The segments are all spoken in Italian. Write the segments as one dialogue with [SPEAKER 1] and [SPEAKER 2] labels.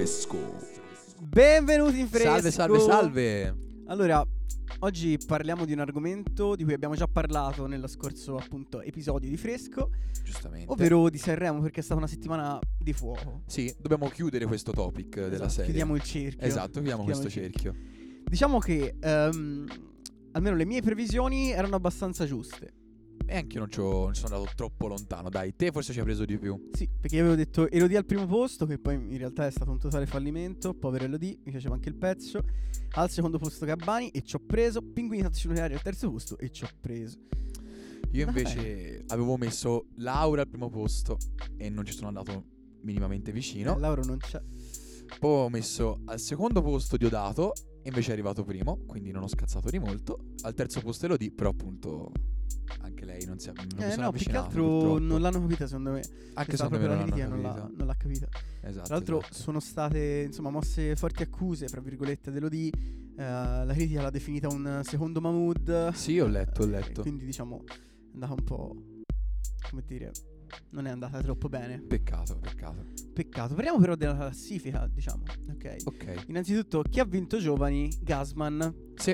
[SPEAKER 1] Fresco.
[SPEAKER 2] Benvenuti in Fresco.
[SPEAKER 1] Salve.
[SPEAKER 2] Allora, oggi parliamo di un argomento di cui abbiamo già parlato nello scorso appunto episodio di Fresco,
[SPEAKER 1] Giustamente.
[SPEAKER 2] ovvero di Sanremo, perché è stata una settimana di fuoco.
[SPEAKER 1] Sì, dobbiamo chiudere questo topic della serie.
[SPEAKER 2] Chiudiamo il cerchio.
[SPEAKER 1] Esatto, chiudiamo questo cerchio.
[SPEAKER 2] Diciamo che almeno le mie previsioni erano abbastanza giuste.
[SPEAKER 1] E anche io non sono andato troppo lontano. Dai, te forse ci hai preso di più.
[SPEAKER 2] Sì, perché io avevo detto Elodie al primo posto, che poi in realtà è stato un totale fallimento. Povero Elodie, mi piaceva anche il pezzo. Al secondo posto Gabbani e ci ho preso. Pinguini Tattici Nucleari al terzo posto e ci ho preso.
[SPEAKER 1] Io invece avevo messo Laura al primo posto e non ci sono andato minimamente vicino.
[SPEAKER 2] Laura non c'è.
[SPEAKER 1] Poi ho messo al secondo posto Diodato e invece è arrivato primo, quindi non ho scazzato di molto. Al terzo posto Elodie, però appunto anche lei non si è avvicinata.
[SPEAKER 2] No, più che altro non l'hanno capita secondo me.
[SPEAKER 1] Anche secondo me
[SPEAKER 2] la critica non l'ha capita.
[SPEAKER 1] Esatto.
[SPEAKER 2] Tra l'altro sono state insomma mosse forti accuse, fra virgolette, ad Elodie. La critica l'ha definita un secondo Mahmood.
[SPEAKER 1] Sì, ho letto.
[SPEAKER 2] Quindi diciamo è andata un po', come dire, non è andata troppo bene.
[SPEAKER 1] Peccato.
[SPEAKER 2] Parliamo però della classifica, diciamo. Ok. Innanzitutto, chi ha vinto Giovani? Gasman.
[SPEAKER 1] Sì.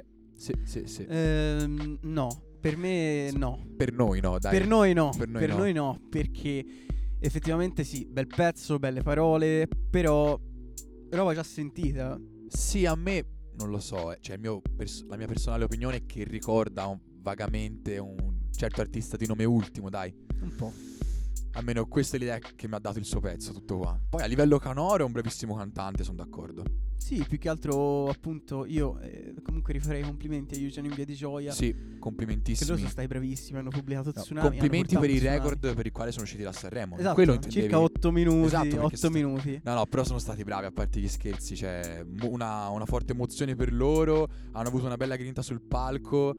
[SPEAKER 2] No, per me no.
[SPEAKER 1] Per noi no, dai.
[SPEAKER 2] Per noi no, perché effettivamente sì, bel pezzo, belle parole, però roba già sentita.
[SPEAKER 1] Sì, a me non lo so, cioè la mia personale opinione è che ricorda vagamente un certo artista di nome Ultimo, dai.
[SPEAKER 2] Un po'.
[SPEAKER 1] Almeno questa è l'idea che mi ha dato il suo pezzo, tutto qua. Poi a livello canoro è un bravissimo cantante, sono d'accordo.
[SPEAKER 2] Sì, più che altro appunto io comunque rifarei complimenti a Eugenio in Via di Gioia.
[SPEAKER 1] Sì, complimentissimi.
[SPEAKER 2] Che loro sono stati bravissimi, hanno pubblicato Tsunami.
[SPEAKER 1] Complimenti per il record per il quale sono usciti da Sanremo.
[SPEAKER 2] Esatto,
[SPEAKER 1] quello
[SPEAKER 2] circa 8 minuti.
[SPEAKER 1] Esatto,
[SPEAKER 2] 8 minuti.
[SPEAKER 1] No, però sono stati bravi, a parte gli scherzi. Cioè, una forte emozione per loro. Hanno avuto una bella grinta sul palco.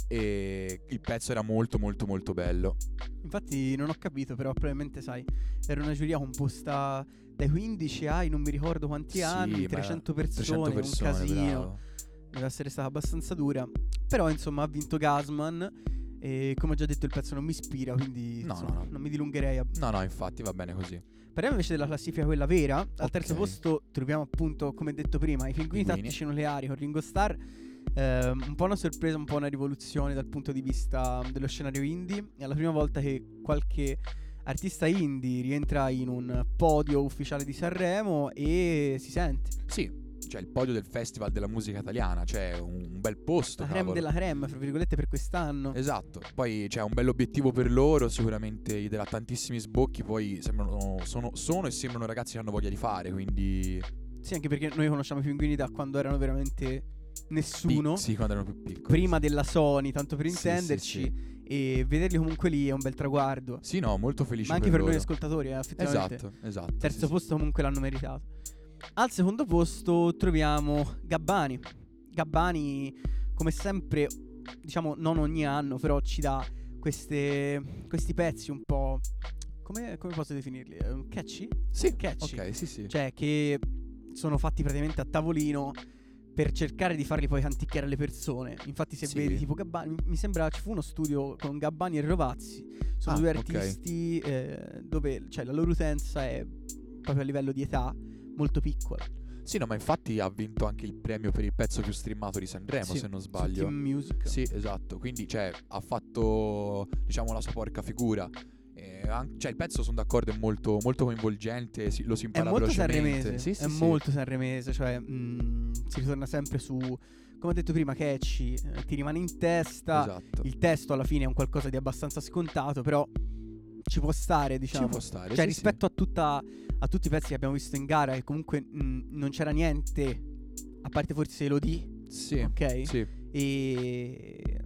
[SPEAKER 1] E il pezzo era molto bello.
[SPEAKER 2] Infatti non ho capito, però probabilmente sai, era una giuria composta dai 15 ai non mi ricordo quanti anni, 300 persone, un casino.
[SPEAKER 1] Bravo.
[SPEAKER 2] Deve essere stata abbastanza dura. Però insomma ha vinto Gasman. E come ho già detto il pezzo non mi ispira, quindi
[SPEAKER 1] no.
[SPEAKER 2] non mi dilungherei.
[SPEAKER 1] No, infatti va bene così.
[SPEAKER 2] Parliamo invece della classifica quella vera. Al terzo posto troviamo appunto, come detto prima, i Pinguini Tattici Nucleari con Ringo Starr. Un po' una sorpresa, un po' una rivoluzione dal punto di vista dello scenario indie. È la prima volta che qualche artista indie rientra in un podio ufficiale di Sanremo e si sente.
[SPEAKER 1] Sì, cioè il podio del Festival della Musica Italiana, cioè un bel posto.
[SPEAKER 2] La creme della creme, fra virgolette, per quest'anno.
[SPEAKER 1] Esatto, poi c'è un bell'obiettivo per loro, sicuramente gli darà tantissimi sbocchi, poi sono e sembrano ragazzi che hanno voglia di fare, quindi...
[SPEAKER 2] Sì, anche perché noi conosciamo i Pinguini da quando erano veramente... nessuno.
[SPEAKER 1] Sì, quando erano più piccoli.
[SPEAKER 2] Prima della Sony, tanto per intenderci.
[SPEAKER 1] Sì.
[SPEAKER 2] E vederli comunque lì è un bel traguardo.
[SPEAKER 1] Sì, no, molto felice.
[SPEAKER 2] Ma anche per
[SPEAKER 1] loro.
[SPEAKER 2] noi ascoltatori, effettivamente.
[SPEAKER 1] Esatto.
[SPEAKER 2] Terzo posto comunque l'hanno meritato. Al secondo posto troviamo Gabbani. Gabbani, come sempre, diciamo non ogni anno, però ci dà questi pezzi un po'... Come posso definirli? Catchy?
[SPEAKER 1] Sì,
[SPEAKER 2] catchy.
[SPEAKER 1] Ok, sì.
[SPEAKER 2] Cioè che sono fatti praticamente a tavolino per cercare di farli poi canticchiare alle persone. Infatti se vedi tipo Gabbani, mi sembra ci fu uno studio con Gabbani e Rovazzi. Sono due artisti dove cioè, la loro utenza è proprio a livello di età molto piccola.
[SPEAKER 1] Sì, no, ma infatti ha vinto anche il premio per il pezzo più streamato di Sanremo, se non sbaglio.
[SPEAKER 2] Team Music.
[SPEAKER 1] Sì, esatto. Quindi cioè ha fatto, diciamo, la sua porca figura. Cioè il pezzo, sono d'accordo, è molto coinvolgente, lo si impara velocemente.
[SPEAKER 2] È molto sanremese, cioè si ritorna sempre su, come ho detto prima, catchy, ti rimane in testa.
[SPEAKER 1] Esatto.
[SPEAKER 2] Il testo alla fine è un qualcosa di abbastanza scontato, però ci può stare, diciamo.
[SPEAKER 1] Ci può stare,
[SPEAKER 2] cioè rispetto a tutti i pezzi che abbiamo visto in gara, che comunque non c'era niente, a parte forse Elodie.
[SPEAKER 1] Sì.
[SPEAKER 2] Ok?
[SPEAKER 1] Sì.
[SPEAKER 2] E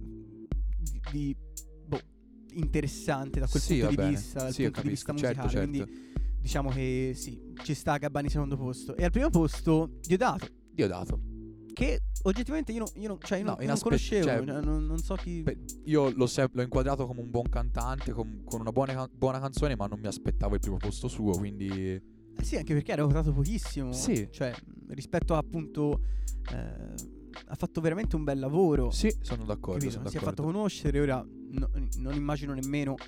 [SPEAKER 2] interessante da quel punto di vista, dal punto di vista musicale,
[SPEAKER 1] certo.
[SPEAKER 2] quindi diciamo che sì, ci sta Gabbani secondo posto. E al primo posto Diodato, che oggettivamente io non conoscevo,
[SPEAKER 1] cioè,
[SPEAKER 2] non so chi.
[SPEAKER 1] Io l'ho inquadrato come un buon cantante, con una buona canzone, ma non mi aspettavo il primo posto suo, quindi
[SPEAKER 2] Sì, anche perché era votato pochissimo.
[SPEAKER 1] Sì.
[SPEAKER 2] Cioè rispetto a appunto ha fatto veramente un bel lavoro.
[SPEAKER 1] Sì, sono d'accordo.
[SPEAKER 2] Si è fatto conoscere. Ora non immagino nemmeno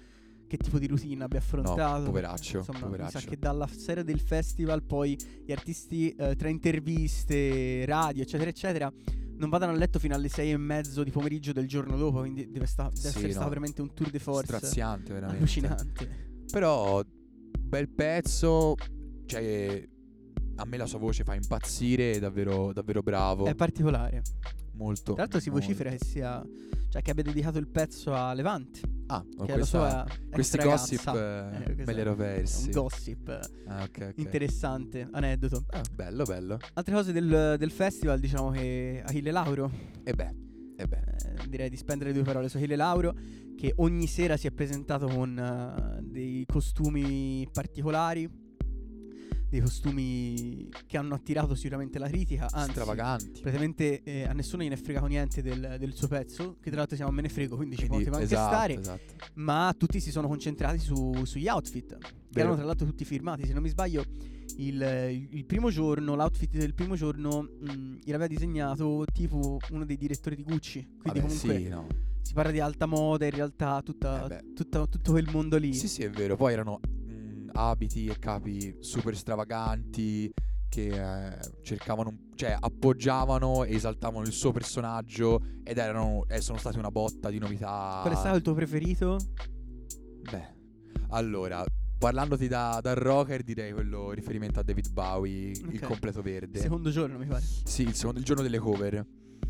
[SPEAKER 2] che tipo di routine abbia affrontato.
[SPEAKER 1] No, poveraccio,
[SPEAKER 2] Insomma,
[SPEAKER 1] poveraccio.
[SPEAKER 2] mi sa che dalla sera del festival poi gli artisti tra interviste, radio, eccetera, eccetera, non vadano a letto fino alle 6:30 di pomeriggio del giorno dopo. Quindi deve essere stato veramente un tour de force
[SPEAKER 1] straziante, veramente.
[SPEAKER 2] allucinante.
[SPEAKER 1] Però bel pezzo, cioè a me la sua voce fa impazzire, è davvero, davvero bravo.
[SPEAKER 2] È particolare.
[SPEAKER 1] Molto.
[SPEAKER 2] Tra l'altro si
[SPEAKER 1] molto.
[SPEAKER 2] vocifera che sia, cioè che abbia dedicato il pezzo a Levante,
[SPEAKER 1] Oh,
[SPEAKER 2] che è la sua
[SPEAKER 1] questi
[SPEAKER 2] ex-ragazza.
[SPEAKER 1] gossip me li ero persi.
[SPEAKER 2] Un gossip
[SPEAKER 1] Ok.
[SPEAKER 2] interessante, aneddoto.
[SPEAKER 1] Bello, bello.
[SPEAKER 2] Altre cose del festival, diciamo che Achille Lauro,
[SPEAKER 1] E beh.
[SPEAKER 2] direi di spendere 2 parole su Achille Lauro, che ogni sera si è presentato con dei costumi particolari, dei costumi che hanno attirato sicuramente la critica, anzi
[SPEAKER 1] Stravaganti.
[SPEAKER 2] praticamente a nessuno gliene è fregato niente del suo pezzo, che tra l'altro siamo me ne frego, quindi ci poteva anche stare, ma tutti si sono concentrati sugli outfit, che erano tra l'altro tutti firmati. Se non mi sbaglio, il primo giorno, l'outfit del primo giorno l'aveva disegnato tipo uno dei direttori di Gucci, quindi comunque si parla di alta moda, in realtà tutto quel mondo lì.
[SPEAKER 1] Sì, è vero. Poi erano abiti e capi super stravaganti che cercavano, cioè appoggiavano e esaltavano il suo personaggio ed sono stati una botta di novità.
[SPEAKER 2] Qual è stato il tuo preferito?
[SPEAKER 1] Beh, allora, parlandoti da rocker, direi quello riferimento a David Bowie, il completo verde.
[SPEAKER 2] Il secondo giorno, mi pare.
[SPEAKER 1] Sì, il giorno delle cover.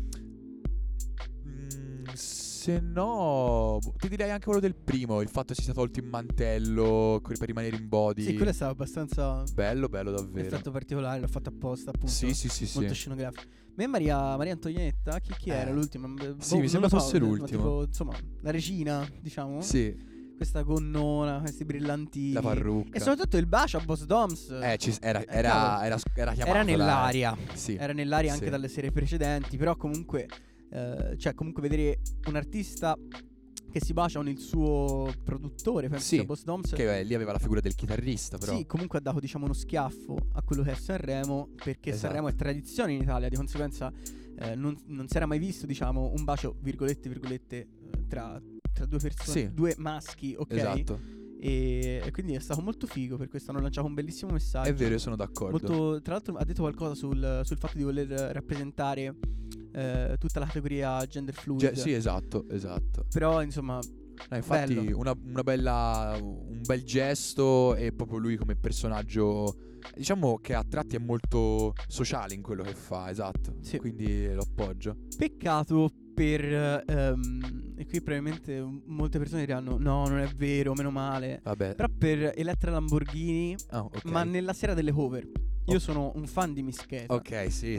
[SPEAKER 1] Se no, ti direi anche quello del primo, il fatto che si sia tolto il mantello per rimanere in body.
[SPEAKER 2] Sì, quello è stato abbastanza
[SPEAKER 1] bello davvero.
[SPEAKER 2] Effetto particolare, l'ho fatto apposta, appunto.
[SPEAKER 1] Sì.
[SPEAKER 2] Molto scenografico. Me Maria Antonietta, chi era l'ultima?
[SPEAKER 1] Sì, mi sembra fosse l'ultimo.
[SPEAKER 2] Tipo, insomma, la regina, diciamo.
[SPEAKER 1] Sì.
[SPEAKER 2] Questa gonnona, questi brillantini,
[SPEAKER 1] la parrucca.
[SPEAKER 2] E soprattutto il bacio a Boss Doms.
[SPEAKER 1] Era chiamato.
[SPEAKER 2] Era nell'aria.
[SPEAKER 1] Sì.
[SPEAKER 2] Era nell'aria anche dalle serie precedenti. Però comunque cioè comunque vedere un artista che si bacia con il suo produttore, penso sia Boss Doms,
[SPEAKER 1] che lì aveva la figura del chitarrista, però.
[SPEAKER 2] Sì, comunque ha dato, diciamo, uno schiaffo a quello che è Sanremo, perché Sanremo è tradizione in Italia, di conseguenza non si era mai visto, diciamo, un bacio virgolette tra due persone, due maschi, ok?
[SPEAKER 1] Esatto.
[SPEAKER 2] E quindi è stato molto figo, per questo hanno lanciato un bellissimo messaggio.
[SPEAKER 1] È vero, io sono d'accordo.
[SPEAKER 2] Tra l'altro ha detto qualcosa sul fatto di voler rappresentare tutta la categoria gender fluid.
[SPEAKER 1] Sì, esatto.
[SPEAKER 2] Però insomma,
[SPEAKER 1] infatti un bel gesto, e proprio lui come personaggio, diciamo che a tratti è molto sociale in quello che fa, esatto.
[SPEAKER 2] Sì.
[SPEAKER 1] Quindi lo appoggio.
[SPEAKER 2] Peccato e qui probabilmente molte persone diranno no, non è vero, meno male.
[SPEAKER 1] Vabbè.
[SPEAKER 2] Però per Elettra Lamborghini, ma nella sera delle cover. Io sono un fan di Mischeta.
[SPEAKER 1] Ok, sì.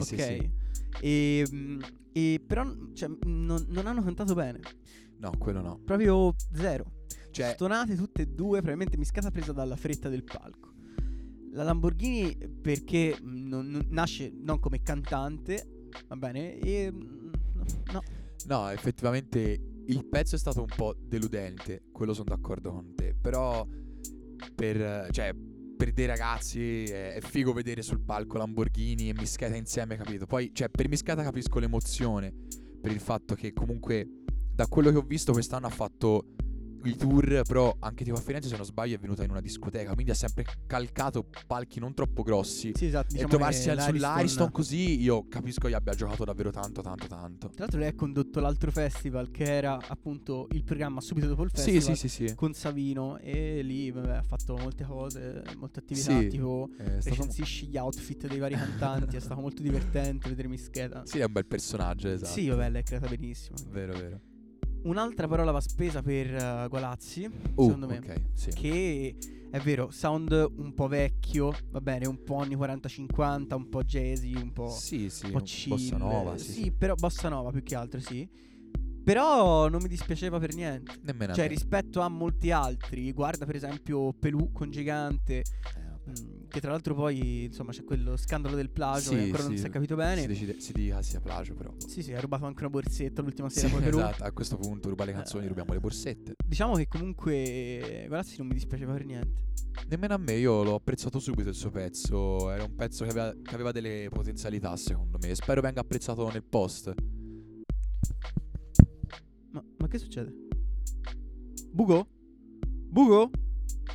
[SPEAKER 2] E però cioè, non hanno cantato bene.
[SPEAKER 1] No, quello no.
[SPEAKER 2] Proprio zero.
[SPEAKER 1] Cioè,
[SPEAKER 2] stonate tutte e due. Probabilmente Mischeta presa dalla fretta del palco. La Lamborghini perché nasce non come cantante, va bene, e no,
[SPEAKER 1] effettivamente il pezzo è stato un po' deludente, quello sono d'accordo con te. Però per dei ragazzi è figo vedere sul palco Lamborghini e Mischeta insieme, capito? Poi, per Mischeta capisco l'emozione, per il fatto che comunque, da quello che ho visto, quest'anno ha fatto i tour, però anche tipo a Firenze, se non sbaglio, è venuta in una discoteca, quindi ha sempre calcato palchi non troppo grossi.
[SPEAKER 2] Sì, esatto, diciamo,
[SPEAKER 1] e trovarsi sull'Ariston così, io capisco che abbia giocato davvero tanto. Tra
[SPEAKER 2] l'altro lei ha condotto l'altro festival, che era appunto il programma subito dopo il festival,
[SPEAKER 1] sì.
[SPEAKER 2] con Savino, e lì ha fatto molte cose, molte attività, tipo recensisci gli outfit dei vari cantanti. È stato molto divertente vedere Mischeta.
[SPEAKER 1] Sì, è un bel personaggio, esatto.
[SPEAKER 2] Sì, vabbè, l'hai creata benissimo.
[SPEAKER 1] Vero.
[SPEAKER 2] Un'altra parola va spesa per Gualazzi, secondo me,
[SPEAKER 1] okay, sì.
[SPEAKER 2] Che è vero, sound un po' vecchio, va bene, un po' anni 40-50, un po' jazzy, un po', un po' chill,
[SPEAKER 1] bossa nova,
[SPEAKER 2] sì, però bossa nova più che altro, sì. Però non mi dispiaceva per niente.
[SPEAKER 1] Nemmeno
[SPEAKER 2] cioè, rispetto a molti altri, guarda per esempio Pelù con Gigante, che tra l'altro poi, insomma, c'è quello scandalo del plagio e ancora non si è capito bene.
[SPEAKER 1] Si dica sia plagio, però.
[SPEAKER 2] Sì, ha rubato anche una borsetta l'ultima sera.
[SPEAKER 1] Esatto, a questo punto rubare le canzoni, rubiamo le borsette.
[SPEAKER 2] Diciamo che comunque Gualazzi non mi dispiaceva per niente.
[SPEAKER 1] Nemmeno a me, io l'ho apprezzato subito il suo pezzo. Era un pezzo che aveva delle potenzialità, secondo me. Spero venga apprezzato nel post.
[SPEAKER 2] Ma che succede? Bugo? Bugo?